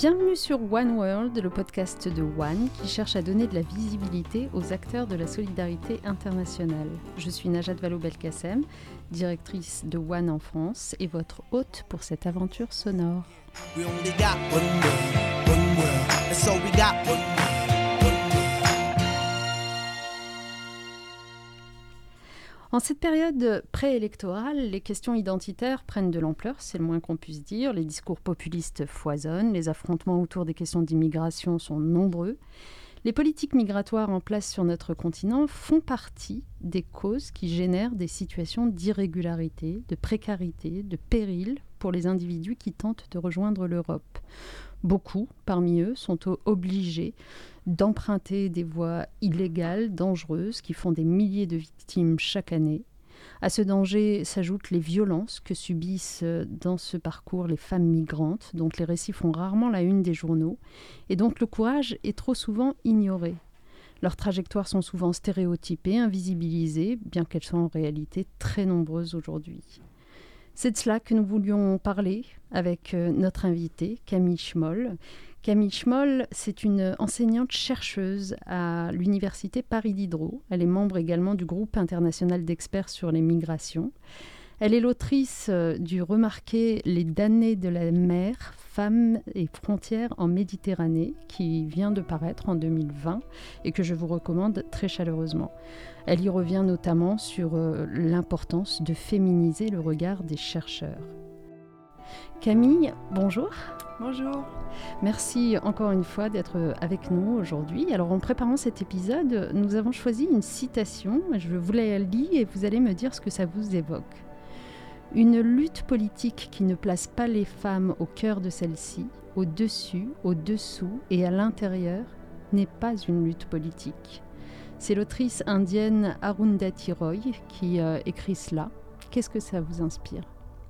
Bienvenue sur One World, le podcast de One qui cherche à donner de la visibilité aux acteurs de la solidarité internationale. Je suis Najat Vallaud-Belkacem, directrice de One en France et votre hôte pour cette aventure sonore. En cette période préélectorale, les questions identitaires prennent de l'ampleur, c'est le moins qu'on puisse dire. Les discours populistes foisonnent, les affrontements autour des questions d'immigration sont nombreux. Les politiques migratoires en place sur notre continent font partie des causes qui génèrent des situations d'irrégularité, de précarité, de péril pour les individus qui tentent de rejoindre l'Europe. Beaucoup, parmi eux, sont obligés d'emprunter des voies illégales, dangereuses, qui font des milliers de victimes chaque année. À ce danger s'ajoutent les violences que subissent dans ce parcours les femmes migrantes, dont les récits font rarement la une des journaux, et dont le courage est trop souvent ignoré. Leurs trajectoires sont souvent stéréotypées, invisibilisées, bien qu'elles soient en réalité très nombreuses aujourd'hui. C'est de cela que nous voulions parler avec notre invitée, Camille Schmoll. Camille Schmoll, c'est une enseignante-chercheuse à l'université Paris Diderot. Elle est membre également du groupe international d'experts sur les migrations. Elle est l'autrice du remarqué « Les damnés de la mer, femmes et frontières en Méditerranée » qui vient de paraître en 2020 et que je vous recommande très chaleureusement. Elle y revient notamment sur l'importance de féminiser le regard des chercheurs. Camille, bonjour. Bonjour. Merci encore une fois d'être avec nous aujourd'hui. Alors en préparant cet épisode, nous avons choisi une citation. Je vous la lis et vous allez me dire ce que ça vous évoque. Une lutte politique qui ne place pas les femmes au cœur de celle-ci, au-dessus, au-dessous et à l'intérieur, n'est pas une lutte politique. C'est l'autrice indienne Arundhati Roy qui écrit cela. Qu'est-ce que ça vous inspire ?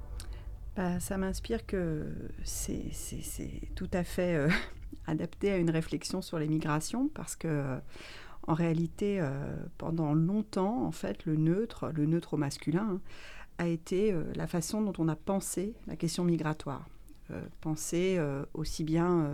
Ça m'inspire que c'est tout à fait adapté à une réflexion sur les migrations parce que en réalité, pendant longtemps, en fait, le neutre au masculin, a été la façon dont on a pensé la question migratoire. Pensé aussi bien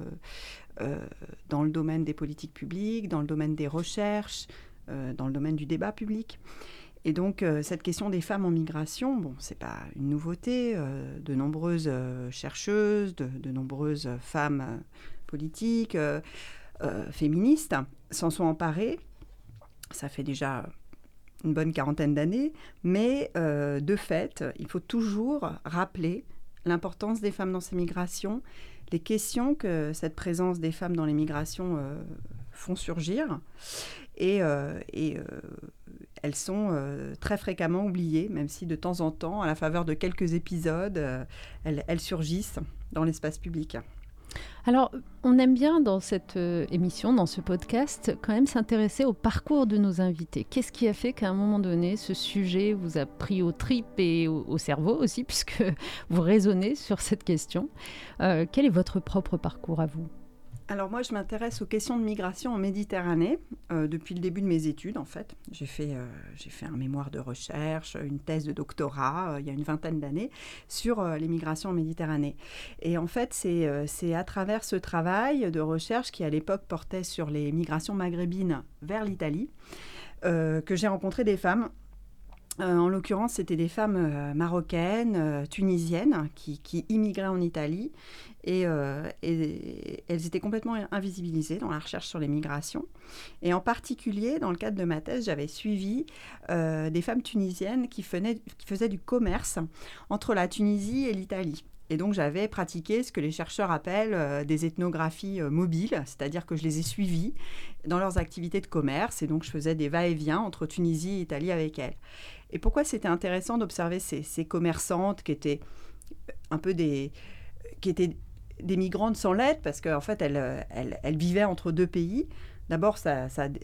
dans le domaine des politiques publiques, dans le domaine des recherches, dans le domaine du débat public. Et donc, cette question des femmes en migration, c'est pas une nouveauté. De nombreuses chercheuses, de nombreuses femmes politiques, féministes, s'en sont emparées. Ça fait déjà une bonne quarantaine d'années. Mais de fait, il faut toujours rappeler l'importance des femmes dans ces migrations, les questions que cette présence des femmes dans les migrations font surgir. Et elles sont très fréquemment oubliées, même si de temps en temps, à la faveur de quelques épisodes, elles surgissent dans l'espace public. Alors, on aime bien dans cette émission, dans ce podcast, quand même s'intéresser au parcours de nos invités. Qu'est-ce qui a fait qu'à un moment donné, ce sujet vous a pris aux tripes et au cerveau aussi, puisque vous raisonnez sur cette question. Quel est votre propre parcours à vous ? Alors moi, je m'intéresse aux questions de migration en Méditerranée depuis le début de mes études, en fait. J'ai fait un mémoire de recherche, une thèse de doctorat, il y a une vingtaine d'années, sur les migrations en Méditerranée. Et en fait, c'est à travers ce travail de recherche qui, à l'époque, portait sur les migrations maghrébines vers l'Italie, que j'ai rencontré des femmes. En l'occurrence, c'était des femmes marocaines, tunisiennes, qui immigraient en Italie et elles étaient complètement invisibilisées dans la recherche sur les migrations. Et en particulier, dans le cadre de ma thèse, j'avais suivi des femmes tunisiennes qui faisaient du commerce entre la Tunisie et l'Italie. Et donc, j'avais pratiqué ce que les chercheurs appellent des ethnographies mobiles, c'est-à-dire que je les ai suivies dans leurs activités de commerce. Et donc, je faisais des va-et-vient entre Tunisie et Italie avec elles. Et pourquoi c'était intéressant d'observer ces commerçantes qui étaient un peu des migrantes sans lettres, parce qu'en fait, elles vivaient entre deux pays. D'abord, ça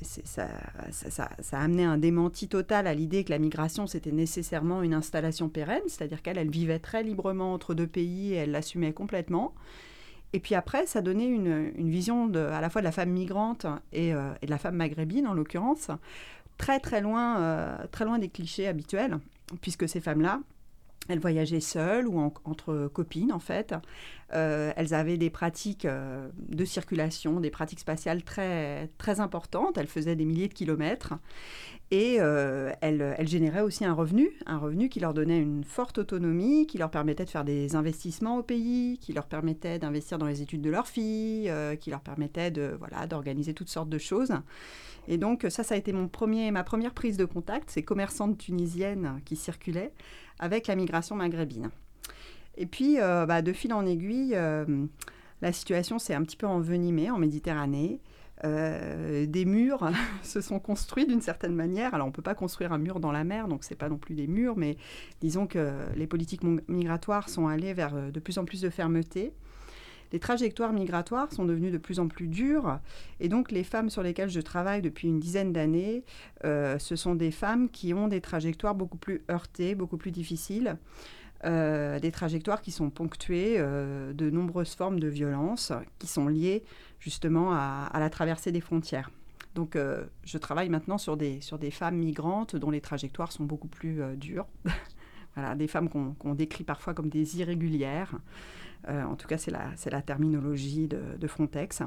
a amené un démenti total à l'idée que la migration, c'était nécessairement une installation pérenne, c'est-à-dire qu'elle vivait très librement entre deux pays et elle l'assumait complètement. Et puis après, ça donnait une vision à la fois de la femme migrante et de la femme maghrébine, en l'occurrence, très loin des clichés habituels, puisque ces femmes-là Elles voyageaient seules ou entre copines, en fait. Elles avaient des pratiques de circulation, des pratiques spatiales très, très importantes. Elles faisaient des milliers de kilomètres. Et elles généraient aussi un revenu qui leur donnait une forte autonomie, qui leur permettait de faire des investissements au pays, qui leur permettait d'investir dans les études de leurs filles, qui leur permettait d'organiser toutes sortes de choses. Et donc ça a été ma première prise de contact, ces commerçantes tunisiennes qui circulaient avec la migration maghrébine. Et puis, de fil en aiguille, la situation s'est un petit peu envenimée en Méditerranée. Des murs se sont construits d'une certaine manière. Alors, on ne peut pas construire un mur dans la mer, donc ce n'est pas non plus des murs, mais disons que les politiques migratoires sont allées vers de plus en plus de fermeté. Les trajectoires migratoires sont devenues de plus en plus dures. Et donc, les femmes sur lesquelles je travaille depuis une dizaine d'années, ce sont des femmes qui ont des trajectoires beaucoup plus heurtées, beaucoup plus difficiles. Des trajectoires qui sont ponctuées de nombreuses formes de violence qui sont liées justement à la traversée des frontières. Donc, je travaille maintenant sur des femmes migrantes dont les trajectoires sont beaucoup plus dures. Voilà, des femmes qu'on décrit parfois comme des irrégulières. En tout cas, c'est la terminologie de Frontex.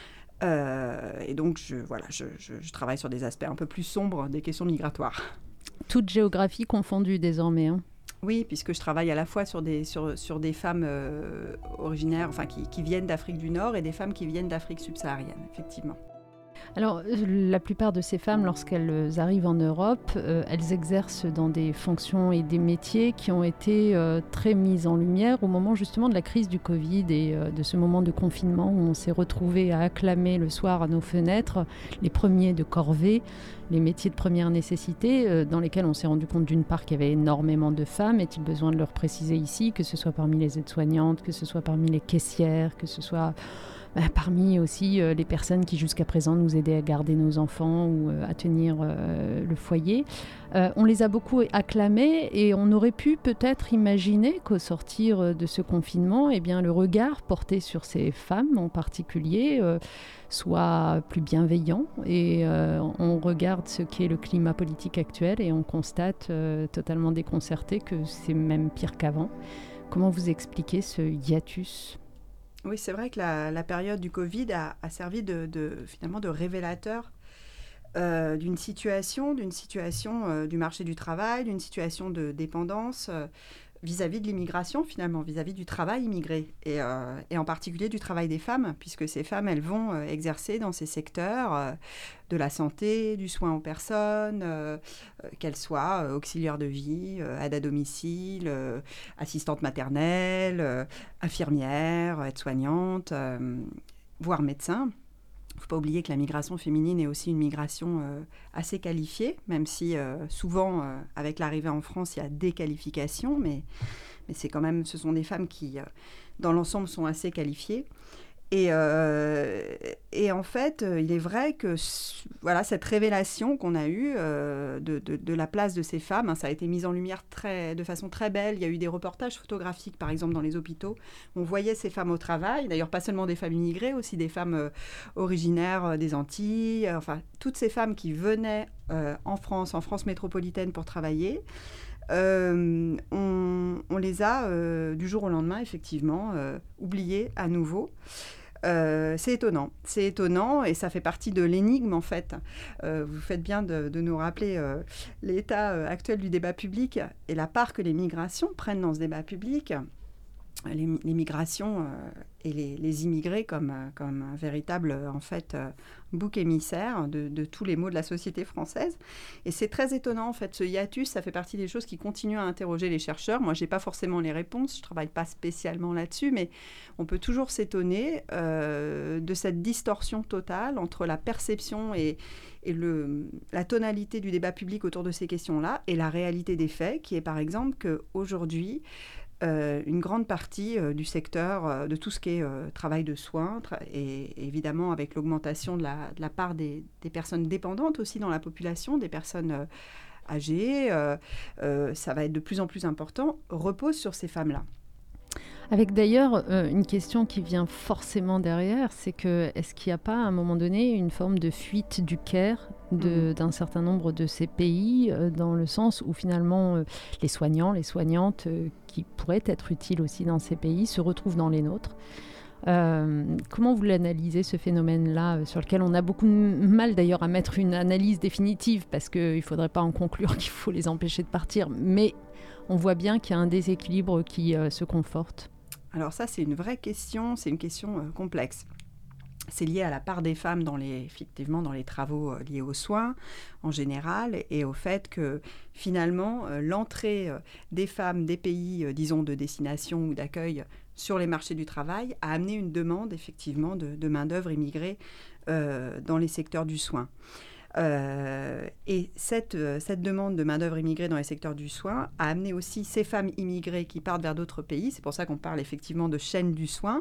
Et donc, je travaille sur des aspects un peu plus sombres des questions migratoires. Toute géographie confondue désormais, hein. Oui, puisque je travaille à la fois sur des femmes originaires, enfin qui viennent d'Afrique du Nord et des femmes qui viennent d'Afrique subsaharienne, effectivement. Alors, la plupart de ces femmes, lorsqu'elles arrivent en Europe, elles exercent dans des fonctions et des métiers qui ont été très mis en lumière au moment justement de la crise du Covid et de ce moment de confinement où on s'est retrouvés à acclamer le soir à nos fenêtres les premiers de corvée, les métiers de première nécessité, dans lesquels on s'est rendu compte d'une part qu'il y avait énormément de femmes. Est-il besoin de le préciser ici, que ce soit parmi les aides-soignantes, que ce soit parmi les caissières, que ce soit parmi aussi les personnes qui jusqu'à présent nous aidaient à garder nos enfants ou à tenir le foyer. On les a beaucoup acclamées et on aurait pu peut-être imaginer qu'au sortir de ce confinement, eh bien, le regard porté sur ces femmes en particulier soit plus bienveillant et on regarde ce qu'est le climat politique actuel et on constate totalement déconcerté que c'est même pire qu'avant. Comment vous expliquez ce hiatus ? Oui, c'est vrai que la période du Covid a servi finalement de révélateur d'une situation du marché du travail, d'une situation de dépendance vis-à-vis de l'immigration, finalement, vis-à-vis du travail immigré, et en particulier du travail des femmes, puisque ces femmes, elles vont exercer dans ces secteurs de la santé, du soin aux personnes, qu'elles soient auxiliaires de vie, aide à domicile, assistantes maternelles, infirmières, aides-soignantes, voire médecins. Il ne faut pas oublier que la migration féminine est aussi une migration assez qualifiée, même si souvent, avec l'arrivée en France, il y a des qualifications, mais c'est quand même, ce sont des femmes qui, dans l'ensemble, sont assez qualifiées. Et en fait, il est vrai que cette révélation qu'on a eue de la place de ces femmes, ça a été mis en lumière de façon très belle. Il y a eu des reportages photographiques, par exemple, dans les hôpitaux. On voyait ces femmes au travail, d'ailleurs pas seulement des femmes immigrées, aussi des femmes originaires des Antilles, toutes ces femmes qui venaient en France métropolitaine pour travailler. On les a, du jour au lendemain, effectivement, oubliées à nouveau. C'est étonnant et ça fait partie de l'énigme en fait. Vous faites bien de nous rappeler l'état actuel du débat public et la part que les migrations prennent dans ce débat public. Les migrations et les immigrés comme un véritable en fait bouc émissaire de tous les maux de la société française. Et c'est très étonnant en fait, ce hiatus, ça fait partie des choses qui continuent à interroger les chercheurs. Moi, j'ai pas forcément les réponses, je travaille pas spécialement là-dessus, mais on peut toujours s'étonner de cette distorsion totale entre la perception et la tonalité du débat public autour de ces questions-là et la réalité des faits, qui est par exemple qu'aujourd'hui, une grande partie du secteur de tout ce qui est travail de soins et évidemment avec l'augmentation de la part des personnes dépendantes aussi dans la population, des personnes âgées, ça va être de plus en plus important, repose sur ces femmes-là. Avec d'ailleurs une question qui vient forcément derrière, c'est que est-ce qu'il n'y a pas à un moment donné une forme de fuite du Caire d'un certain nombre de ces pays, dans le sens où finalement les soignants, les soignantes qui pourraient être utiles aussi dans ces pays se retrouvent dans les nôtres. Comment vous l'analysez, ce phénomène-là, sur lequel on a beaucoup de mal d'ailleurs à mettre une analyse définitive, parce qu'il ne faudrait pas en conclure qu'il faut les empêcher de partir, mais on voit bien qu'il y a un déséquilibre qui se conforte. Alors ça, c'est une vraie question, c'est une question complexe. C'est lié à la part des femmes effectivement dans les travaux liés aux soins en général, et au fait que finalement l'entrée des femmes des pays, disons, de destination ou d'accueil sur les marchés du travail a amené une demande effectivement de main-d'œuvre immigrée dans les secteurs du soin. Et cette demande de main-d'œuvre immigrée dans les secteurs du soin a amené aussi ces femmes immigrées qui partent vers d'autres pays, c'est pour ça qu'on parle effectivement de chaîne du soin,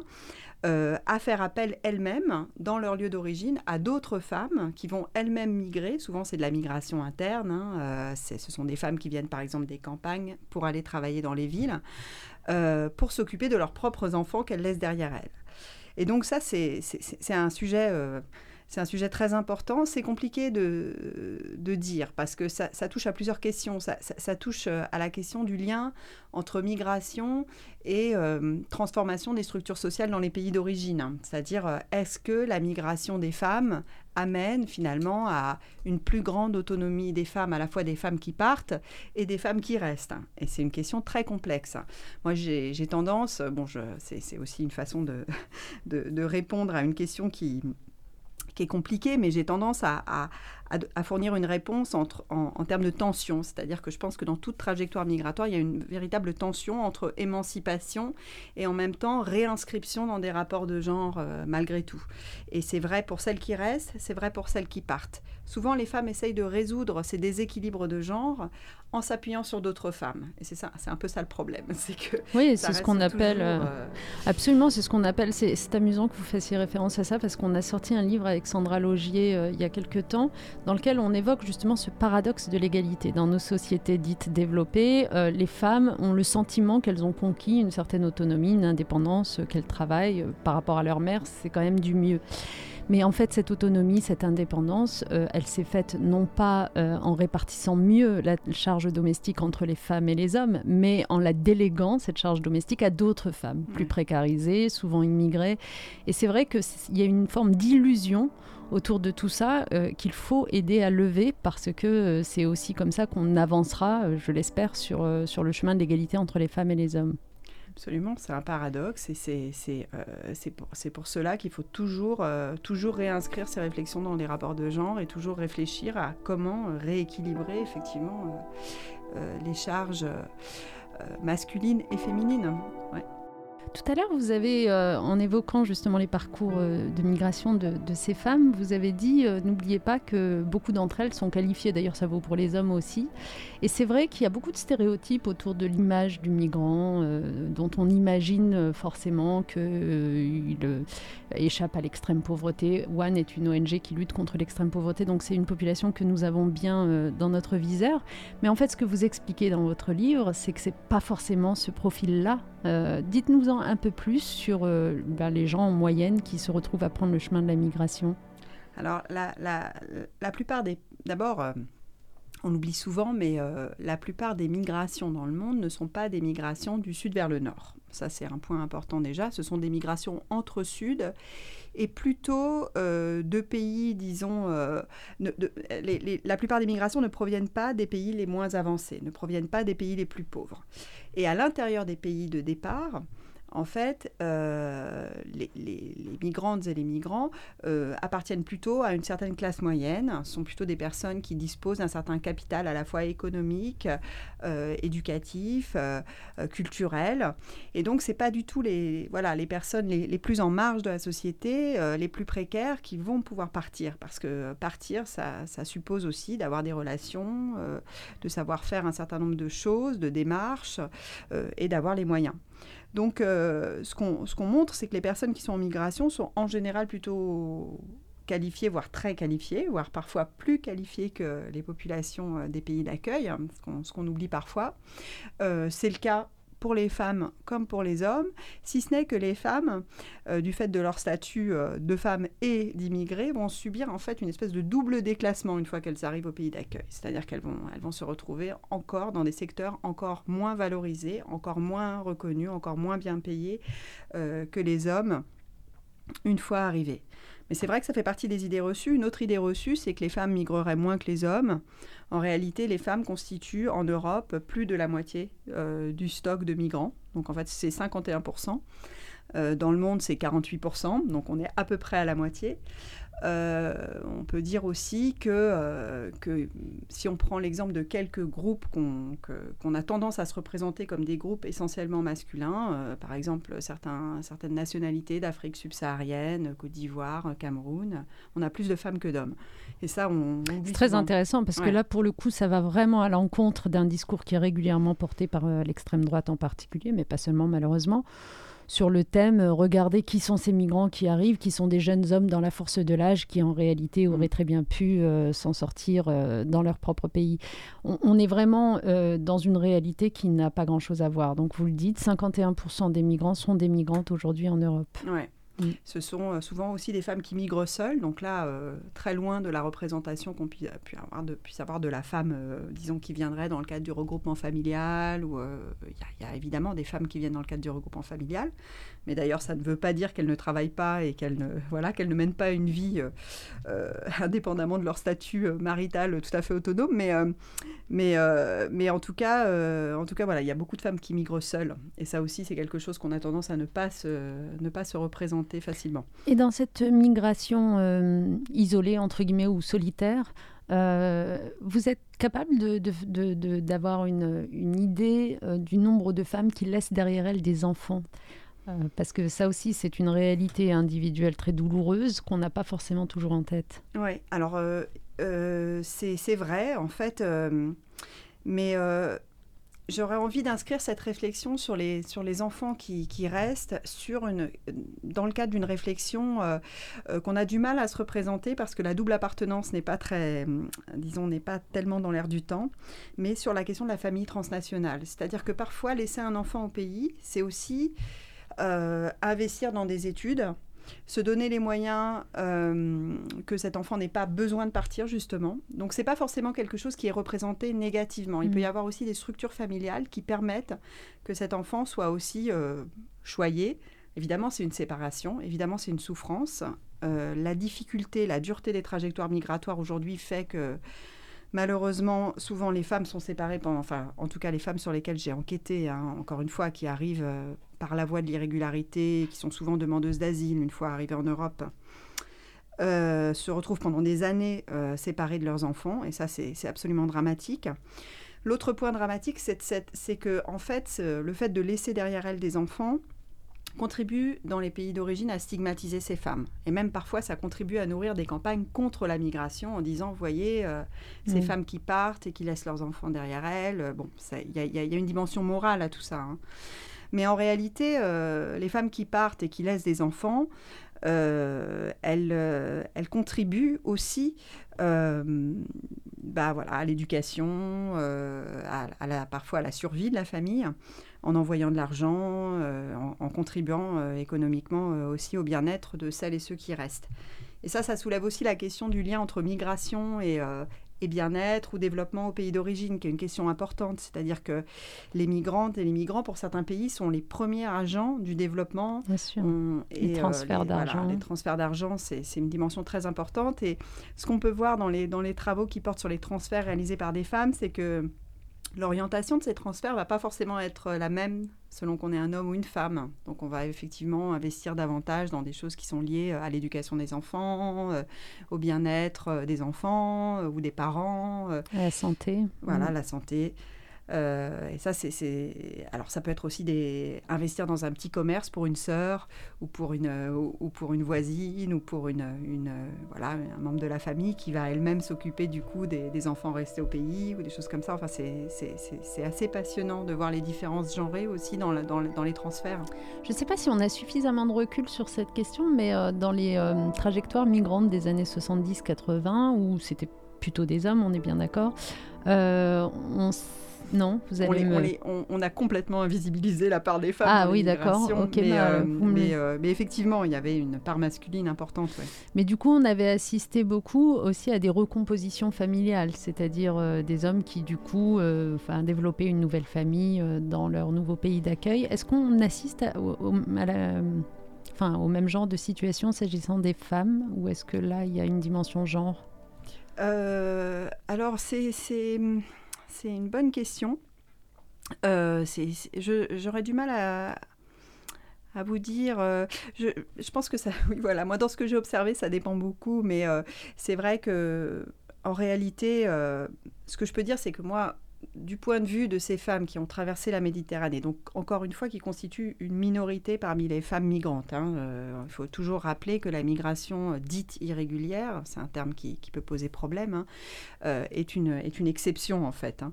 à faire appel elles-mêmes, dans leur lieu d'origine, à d'autres femmes qui vont elles-mêmes migrer. Souvent, c'est de la migration interne. Ce sont des femmes qui viennent, par exemple, des campagnes pour aller travailler dans les villes, pour s'occuper de leurs propres enfants qu'elles laissent derrière elles. Et donc ça, c'est un sujet... C'est un sujet très important. C'est compliqué de dire parce que ça touche à plusieurs questions. Ça touche à la question du lien entre migration et transformation des structures sociales dans les pays d'origine. C'est-à-dire, est-ce que la migration des femmes amène finalement à une plus grande autonomie des femmes, à la fois des femmes qui partent et des femmes qui restent. Et c'est une question très complexe. Moi, j'ai tendance... c'est aussi une façon de répondre à une question qui est compliqué, mais j'ai tendance à fournir une réponse en termes de tension. C'est-à-dire que je pense que dans toute trajectoire migratoire, il y a une véritable tension entre émancipation et en même temps réinscription dans des rapports de genre malgré tout. Et c'est vrai pour celles qui restent, c'est vrai pour celles qui partent. Souvent, les femmes essayent de résoudre ces déséquilibres de genre en s'appuyant sur d'autres femmes. Et c'est un peu ça le problème. C'est que oui, c'est ce qu'on appelle... Absolument, c'est ce qu'on appelle... C'est amusant que vous fassiez référence à ça, parce qu'on a sorti un livre avec Sandra Logier il y a quelques temps, dans lequel on évoque justement ce paradoxe de l'égalité. Dans nos sociétés dites développées, les femmes ont le sentiment qu'elles ont conquis une certaine autonomie, une indépendance, qu'elles travaillent par rapport à leur mère, c'est quand même du mieux. Mais en fait, cette autonomie, cette indépendance, elle s'est faite non pas en répartissant mieux la charge domestique entre les femmes et les hommes, mais en la déléguant, cette charge domestique, à d'autres femmes, plus précarisées, souvent immigrées. Et c'est vrai qu'il y a une forme d'illusion autour de tout ça qu'il faut aider à lever, parce que c'est aussi comme ça qu'on avancera, je l'espère, sur le chemin de l'égalité entre les femmes et les hommes. Absolument, c'est un paradoxe et c'est pour cela qu'il faut toujours réinscrire ces réflexions dans les rapports de genre et toujours réfléchir à comment rééquilibrer effectivement les charges masculines et féminines. Ouais. Tout à l'heure, vous avez, en évoquant justement les parcours de migration de ces femmes, vous avez dit, n'oubliez pas que beaucoup d'entre elles sont qualifiées, d'ailleurs ça vaut pour les hommes aussi. Et c'est vrai qu'il y a beaucoup de stéréotypes autour de l'image du migrant, dont on imagine forcément qu'il échappe à l'extrême pauvreté. One est une ONG qui lutte contre l'extrême pauvreté, donc c'est une population que nous avons bien dans notre viseur. Mais en fait, ce que vous expliquez dans votre livre, c'est que c'est pas forcément ce profil-là. Dites-nous-en un peu plus sur les gens en moyenne qui se retrouvent à prendre le chemin de la migration. Alors, la plupart des... D'abord, on oublie souvent, mais la plupart des migrations dans le monde ne sont pas des migrations du sud vers le nord. Ça, c'est un point important déjà. Ce sont des migrations entre sud et plutôt de pays, disons... la plupart des migrations ne proviennent pas des pays les moins avancés, ne proviennent pas des pays les plus pauvres. Et à l'intérieur des pays de départ... En fait, les migrantes et les migrants appartiennent plutôt à une certaine classe moyenne, sont plutôt des personnes qui disposent d'un certain capital à la fois économique, éducatif, culturel. Et donc, ce n'est pas du tout les personnes les plus en marge de la société, les plus précaires, qui vont pouvoir partir. Parce que partir, ça suppose aussi d'avoir des relations, de savoir faire un certain nombre de choses, de démarches, et d'avoir les moyens. Donc, ce qu'on montre, c'est que les personnes qui sont en migration sont en général plutôt qualifiées, voire très qualifiées, voire parfois plus qualifiées que les populations des pays d'accueil, ce qu'on oublie parfois. C'est le cas pour les femmes comme pour les hommes, si ce n'est que les femmes, du fait de leur statut de femmes et d'immigrés, vont subir en fait une espèce de double déclassement une fois qu'elles arrivent au pays d'accueil. C'est-à-dire qu'elles vont se retrouver encore dans des secteurs encore moins valorisés, encore moins reconnus, encore moins bien payés que les hommes une fois arrivés. Mais c'est vrai que ça fait partie des idées reçues. Une autre idée reçue, c'est que les femmes migreraient moins que les hommes. En réalité, les femmes constituent en Europe plus de la moitié du stock de migrants. Donc en fait, c'est 51%. Dans le monde, c'est 48%. Donc on est à peu près à la moitié. On peut dire aussi que si on prend l'exemple de quelques groupes qu'on a tendance à se représenter comme des groupes essentiellement masculins, par exemple certaines nationalités d'Afrique subsaharienne, Côte d'Ivoire, Cameroun, on a plus de femmes que d'hommes. Et ça, c'est très intéressant parce que là, pour le coup, ça va vraiment à l'encontre d'un discours qui est régulièrement porté par l'extrême droite en particulier, mais pas seulement malheureusement, sur le thème, regardez qui sont ces migrants qui arrivent, qui sont des jeunes hommes dans la force de l'âge qui en réalité auraient très bien pu s'en sortir dans leur propre pays. On est vraiment dans une réalité qui n'a pas grand-chose à voir. Donc vous le dites, 51% des migrants sont des migrantes aujourd'hui en Europe. Ouais. Ce sont souvent aussi des femmes qui migrent seules, donc là, très loin de la représentation qu'on puisse avoir de la femme, disons, qui viendrait dans le cadre du regroupement familial. Il y a évidemment des femmes qui viennent dans le cadre du regroupement familial, mais d'ailleurs, ça ne veut pas dire qu'elles ne travaillent pas et qu'elles ne mènent pas une vie indépendamment de leur statut marital tout à fait autonome. Mais en tout cas, voilà, il y a beaucoup de femmes qui migrent seules, et ça aussi, c'est quelque chose qu'on a tendance à ne pas se représenter facilement. Et dans cette migration isolée, entre guillemets, ou solitaire, vous êtes capable d'avoir une idée du nombre de femmes qui laissent derrière elles des enfants ? Parce que ça aussi, c'est une réalité individuelle très douloureuse qu'on n'a pas forcément toujours en tête. Oui, alors c'est vrai, en fait, mais j'aurais envie d'inscrire cette réflexion sur les enfants qui restent dans le cadre d'une réflexion qu'on a du mal à se représenter parce que la double appartenance n'est pas tellement dans l'air du temps, mais sur la question de la famille transnationale. C'est-à-dire que parfois, laisser un enfant au pays, c'est aussi investir dans des études, se donner les moyens que cet enfant n'ait pas besoin de partir, justement. Donc, ce n'est pas forcément quelque chose qui est représenté négativement. Il peut y avoir aussi des structures familiales qui permettent que cet enfant soit aussi choyé. Évidemment, c'est une séparation. Évidemment, c'est une souffrance. La difficulté, la dureté des trajectoires migratoires aujourd'hui fait que malheureusement, souvent, les femmes sont séparées en tout cas, les femmes sur lesquelles j'ai enquêté, encore une fois, qui arrivent par la voie de l'irrégularité, qui sont souvent demandeuses d'asile une fois arrivées en Europe, se retrouvent pendant des années séparées de leurs enfants. Et ça, c'est absolument dramatique. L'autre point dramatique, c'est que, en fait, le fait de laisser derrière elles des enfants contribue dans les pays d'origine à stigmatiser ces femmes. Et même parfois, ça contribue à nourrir des campagnes contre la migration en disant, vous voyez, ces femmes qui partent et qui laissent leurs enfants derrière elles. Bon, il y a une dimension morale à tout ça. Mais en réalité, les femmes qui partent et qui laissent des enfants, elles contribuent aussi à l'éducation, parfois à la survie de la famille, en envoyant de l'argent, en contribuant économiquement aussi au bien-être de celles et ceux qui restent. Et ça soulève aussi la question du lien entre migration et bien-être ou développement au pays d'origine, qui est une question importante. C'est-à-dire que les migrantes et les migrants, pour certains pays, sont les premiers agents du développement. Bien sûr. Les transferts d'argent. Voilà, les transferts d'argent, c'est une dimension très importante. Et ce qu'on peut voir dans les travaux qui portent sur les transferts réalisés par des femmes, c'est que l'orientation de ces transferts ne va pas forcément être la même selon qu'on est un homme ou une femme. Donc on va effectivement investir davantage dans des choses qui sont liées à l'éducation des enfants, au bien-être des enfants ou des parents. À la santé. Voilà, la santé. Et ça, alors ça peut être aussi investir dans un petit commerce pour une sœur ou pour une voisine ou pour un membre de la famille qui va elle-même s'occuper du coup des enfants restés au pays ou des choses comme ça. Enfin, c'est assez passionnant de voir les différences genrées aussi dans les transferts. Je ne sais pas si on a suffisamment de recul sur cette question, mais dans les trajectoires migrantes des années 70-80, où c'était plutôt des hommes, on est bien d'accord, Non, vous allez on a complètement invisibilisé la part des femmes dans oui, d'accord. l'immigration, Okay, mais effectivement, il y avait une part masculine importante. Ouais. Mais du coup, on avait assisté beaucoup aussi à des recompositions familiales, c'est-à-dire des hommes qui, du coup, développaient une nouvelle famille dans leur nouveau pays d'accueil. Est-ce qu'on assiste au même genre de situation s'agissant des femmes, ou est-ce que là, il y a une dimension genre ? Alors, c'est une bonne question. J'aurais du mal à vous dire. Je pense que ça. Oui, voilà. Moi, dans ce que j'ai observé, ça dépend beaucoup, mais c'est vrai que, en réalité, ce que je peux dire, c'est que moi, du point de vue de ces femmes qui ont traversé la Méditerranée, donc encore une fois, qui constituent une minorité parmi les femmes migrantes. Il faut toujours rappeler que la migration dite irrégulière, c'est un terme qui peut poser problème, est une exception en fait.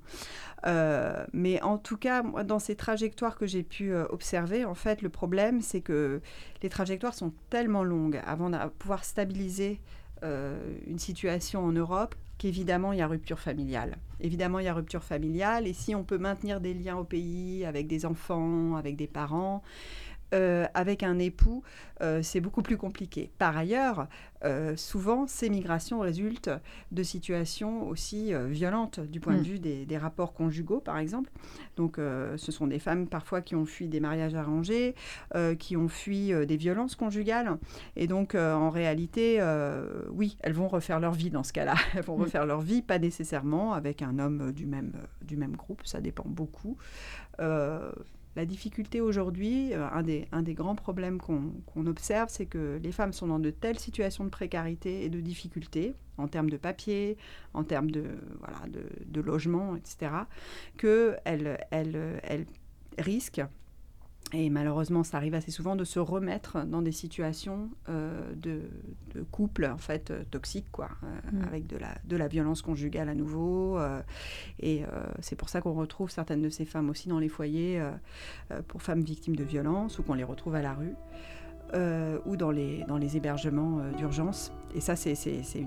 Mais en tout cas, moi, dans ces trajectoires que j'ai pu observer, en fait, le problème, c'est que les trajectoires sont tellement longues avant de pouvoir stabiliser une situation en Europe qu'évidemment, il y a rupture familiale. Évidemment, il y a rupture familiale, et si on peut maintenir des liens au pays avec des enfants, avec des parents, avec un époux, c'est beaucoup plus compliqué. Par ailleurs, souvent, ces migrations résultent de situations aussi violentes du point de vue des rapports conjugaux, par exemple. Donc, ce sont des femmes parfois qui ont fui des mariages arrangés, qui ont fui des violences conjugales. Et donc, en réalité, oui, elles vont refaire leur vie dans ce cas-là. Elles vont refaire leur vie, pas nécessairement avec un homme du même groupe, ça dépend beaucoup. La difficulté aujourd'hui, un des grands problèmes qu'on observe, c'est que les femmes sont dans de telles situations de précarité et de difficulté, en termes de papier, en termes de logement, etc., qu'elles risquent, et malheureusement ça arrive assez souvent, de se remettre dans des situations de couple en fait toxiques, quoi, avec de la violence conjugale à nouveau, et c'est pour ça qu'on retrouve certaines de ces femmes aussi dans les foyers pour femmes victimes de violences, ou qu'on les retrouve à la rue, ou dans les hébergements d'urgence. Et ça, c'est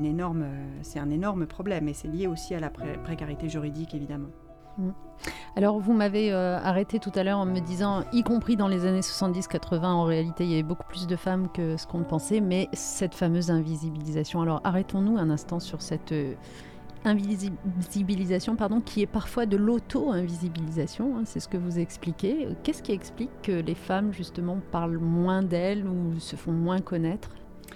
un énorme problème, et c'est lié aussi à la précarité juridique, évidemment. Alors, vous m'avez arrêté tout à l'heure en me disant, y compris dans les années 70-80, en réalité, il y avait beaucoup plus de femmes que ce qu'on pensait, mais cette fameuse invisibilisation. Alors, arrêtons-nous un instant sur cette invisibilisation, qui est parfois de l'auto-invisibilisation, c'est ce que vous expliquez. Qu'est-ce qui explique que les femmes, justement, parlent moins d'elles ou se font moins connaître ?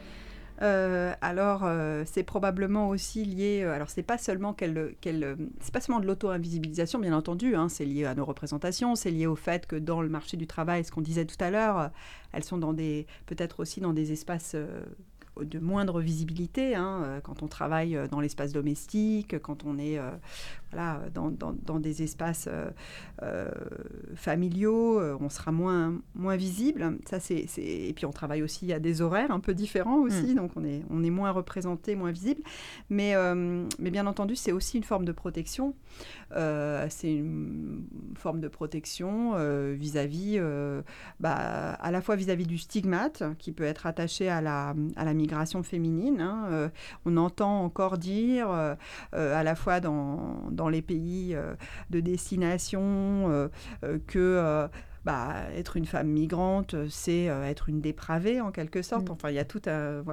C'est probablement aussi lié. Alors, c'est pas seulement c'est pas seulement de l'auto-invisibilisation, bien entendu. C'est lié à nos représentations. C'est lié au fait que dans le marché du travail, ce qu'on disait tout à l'heure, elles sont peut-être aussi dans des espaces de moindre visibilité, quand on travaille dans l'espace domestique, quand on est dans des espaces familiaux, on sera moins visible. Ça, et puis on travaille aussi à des horaires un peu différents aussi, donc on est moins représenté, moins visible. Mais bien entendu, c'est aussi une forme de protection. C'est une forme de protection vis-à-vis, à la fois vis-à-vis du stigmate qui peut être attaché à la migration féminine. On entend encore dire, à la fois dans les pays de destination, que être une femme migrante, c'est être une dépravée en quelque sorte. Enfin, il y a toute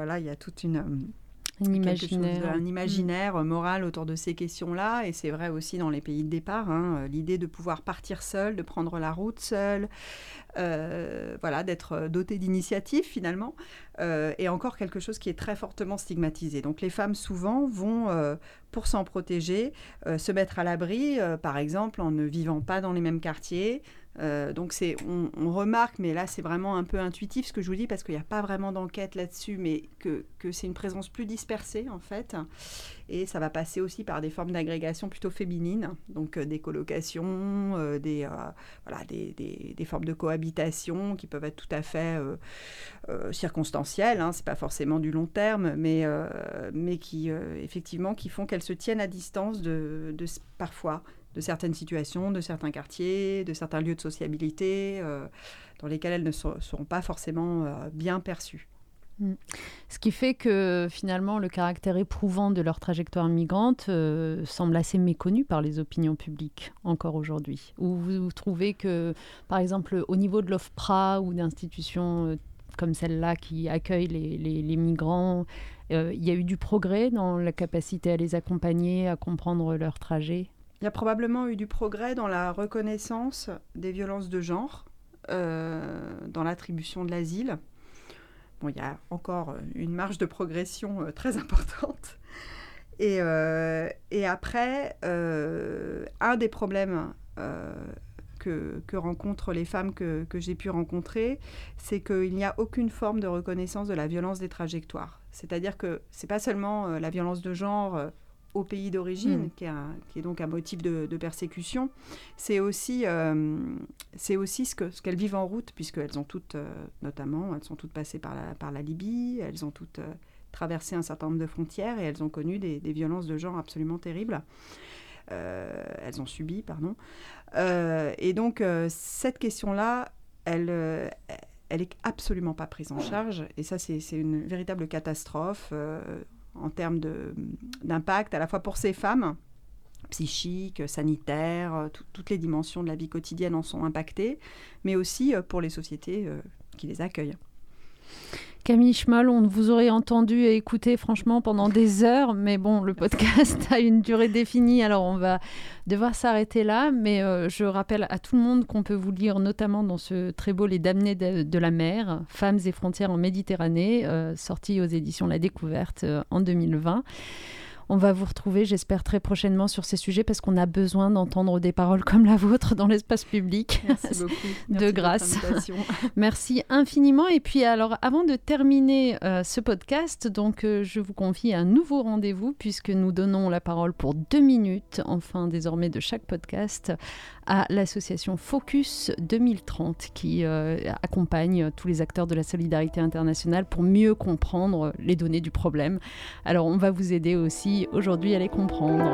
un imaginaire moral autour de ces questions-là, et c'est vrai aussi dans les pays de départ, l'idée de pouvoir partir seule, de prendre la route seule, d'être dotée d'initiative finalement, et encore quelque chose qui est très fortement stigmatisé. Donc les femmes souvent vont, pour s'en protéger, se mettre à l'abri, par exemple en ne vivant pas dans les mêmes quartiers. Donc on remarque, mais là c'est vraiment un peu intuitif ce que je vous dis, parce qu'il n'y a pas vraiment d'enquête là-dessus, mais que c'est une présence plus dispersée en fait, et ça va passer aussi par des formes d'agrégation plutôt féminines, donc des colocations, des formes de cohabitation qui peuvent être tout à fait circonstancielles, c'est pas forcément du long terme, mais qui effectivement qui font qu'elles se tiennent à distance parfois de certaines situations, de certains quartiers, de certains lieux de sociabilité dans lesquels elles ne seront pas forcément bien perçues. Ce qui fait que finalement le caractère éprouvant de leur trajectoire migrante semble assez méconnu par les opinions publiques encore aujourd'hui. Ou vous trouvez que, par exemple, au niveau de l'OFPRA ou d'institutions comme celle-là qui accueille les migrants, il y a eu du progrès dans la capacité à les accompagner, à comprendre leur trajet? Il y a probablement eu du progrès dans la reconnaissance des violences de genre, dans l'attribution de l'asile. Bon, il y a encore une marge de progression très importante. Et après, un des problèmes que rencontrent les femmes que j'ai pu rencontrer, c'est qu'il n'y a aucune forme de reconnaissance de la violence des trajectoires. C'est-à-dire que ce n'est pas seulement la violence de genre au pays d'origine, qui est donc un motif de persécution, c'est aussi ce qu'elles vivent en route, puisqu'elles ont toutes, notamment, elles sont toutes passées par la Libye, elles ont toutes traversé un certain nombre de frontières et elles ont connu des violences de genre absolument terribles. Elles ont subi, pardon. Et donc, cette question-là, elle est absolument pas prise en charge. Et ça, c'est une véritable catastrophe en termes d'impact, à la fois pour ces femmes, psychiques, sanitaires, toutes les dimensions de la vie quotidienne en sont impactées, mais aussi pour les sociétés qui les accueillent. Camille Schmoll, on vous aurait entendu et écouté franchement pendant des heures, mais bon, le podcast a une durée définie, alors on va devoir s'arrêter là, mais je rappelle à tout le monde qu'on peut vous lire notamment dans ce très beau Les Damnés de la mer, Femmes et frontières en Méditerranée, sorti aux éditions La Découverte en 2020. On va vous retrouver, j'espère, très prochainement sur ces sujets parce qu'on a besoin d'entendre des paroles comme la vôtre dans l'espace public. Merci beaucoup. De grâce. Merci infiniment. Et puis, alors, avant de terminer ce podcast, donc, je vous confie un nouveau rendez-vous puisque nous donnons la parole pour 2 minutes, enfin, désormais de chaque podcast, à l'association Focus 2030 qui accompagne tous les acteurs de la solidarité internationale pour mieux comprendre les données du problème. Alors, on va vous aider aussi aujourd'hui à les comprendre.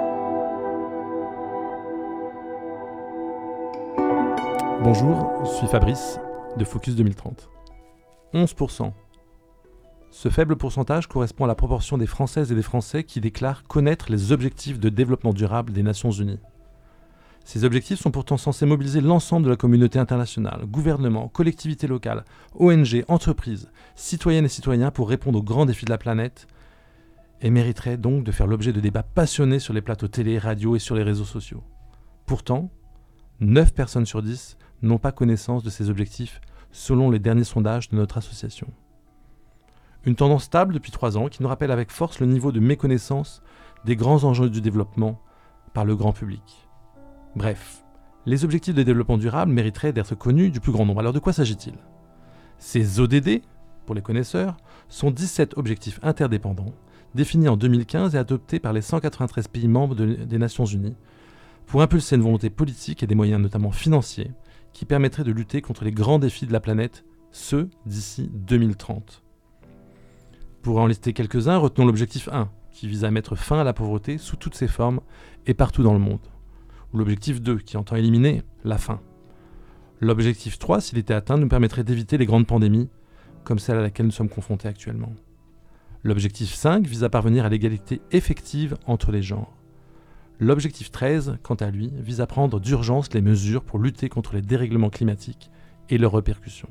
Bonjour, je suis Fabrice de Focus 2030. 11%. Ce faible pourcentage correspond à la proportion des Françaises et des Français qui déclarent connaître les objectifs de développement durable des Nations Unies. Ces objectifs sont pourtant censés mobiliser l'ensemble de la communauté internationale, gouvernements, collectivités locales, ONG, entreprises, citoyennes et citoyens pour répondre aux grands défis de la planète et mériterait donc de faire l'objet de débats passionnés sur les plateaux télé, radio et sur les réseaux sociaux. Pourtant, 9 personnes sur 10 n'ont pas connaissance de ces objectifs selon les derniers sondages de notre association. Une tendance stable depuis 3 ans qui nous rappelle avec force le niveau de méconnaissance des grands enjeux du développement par le grand public. Bref, les objectifs de développement durable mériteraient d'être connus du plus grand nombre. Alors de quoi s'agit-il ? Ces ODD, pour les connaisseurs, sont 17 objectifs interdépendants définis en 2015 et adoptés par les 193 pays membres des Nations Unies pour impulser une volonté politique et des moyens notamment financiers qui permettraient de lutter contre les grands défis de la planète, ceux d'ici 2030. Pour en lister quelques-uns, retenons l'objectif 1, qui vise à mettre fin à la pauvreté sous toutes ses formes et partout dans le monde. Ou l'objectif 2, qui entend éliminer la faim. L'objectif 3, s'il était atteint, nous permettrait d'éviter les grandes pandémies, comme celle à laquelle nous sommes confrontés actuellement. L'objectif 5 vise à parvenir à l'égalité effective entre les genres. L'objectif 13, quant à lui, vise à prendre d'urgence les mesures pour lutter contre les dérèglements climatiques et leurs répercussions.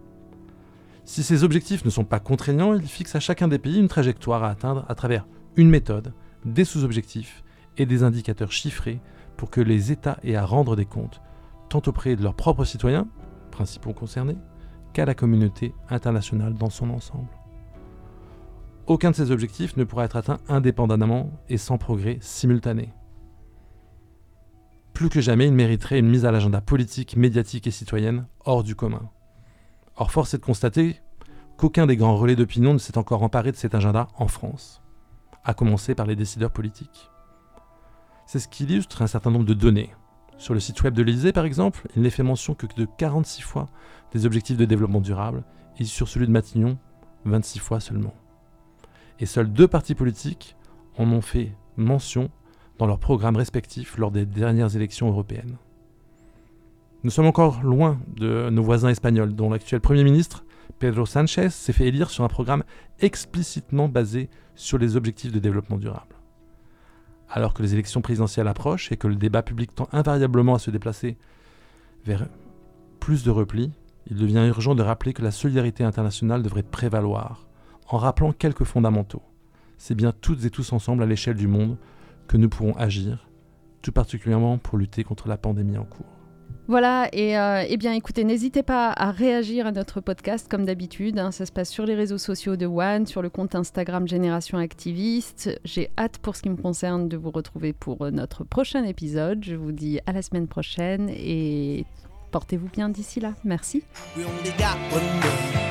Si ces objectifs ne sont pas contraignants, ils fixent à chacun des pays une trajectoire à atteindre à travers une méthode, des sous-objectifs et des indicateurs chiffrés pour que les États aient à rendre des comptes, tant auprès de leurs propres citoyens, principaux concernés, qu'à la communauté internationale dans son ensemble. Aucun de ces objectifs ne pourra être atteint indépendamment et sans progrès simultané. Plus que jamais, il mériterait une mise à l'agenda politique, médiatique et citoyenne hors du commun. Or, force est de constater qu'aucun des grands relais d'opinion ne s'est encore emparé de cet agenda en France, à commencer par les décideurs politiques. C'est ce qui illustre un certain nombre de données. Sur le site web de l'Élysée, par exemple, il n'est fait mention que de 46 fois des objectifs de développement durable, et sur celui de Matignon, 26 fois seulement. Et seuls 2 partis politiques en ont fait mention dans leurs programmes respectifs lors des dernières élections européennes. Nous sommes encore loin de nos voisins espagnols, dont l'actuel Premier ministre Pedro Sánchez s'est fait élire sur un programme explicitement basé sur les objectifs de développement durable. Alors que les élections présidentielles approchent et que le débat public tend invariablement à se déplacer vers plus de repli, il devient urgent de rappeler que la solidarité internationale devrait prévaloir, en rappelant quelques fondamentaux. C'est bien toutes et tous ensemble à l'échelle du monde que nous pourrons agir, tout particulièrement pour lutter contre la pandémie en cours. Voilà, et bien écoutez, n'hésitez pas à réagir à notre podcast comme d'habitude. Ça se passe sur les réseaux sociaux de One, sur le compte Instagram Génération Activiste. J'ai hâte pour ce qui me concerne de vous retrouver pour notre prochain épisode. Je vous dis à la semaine prochaine et portez-vous bien d'ici là. Merci.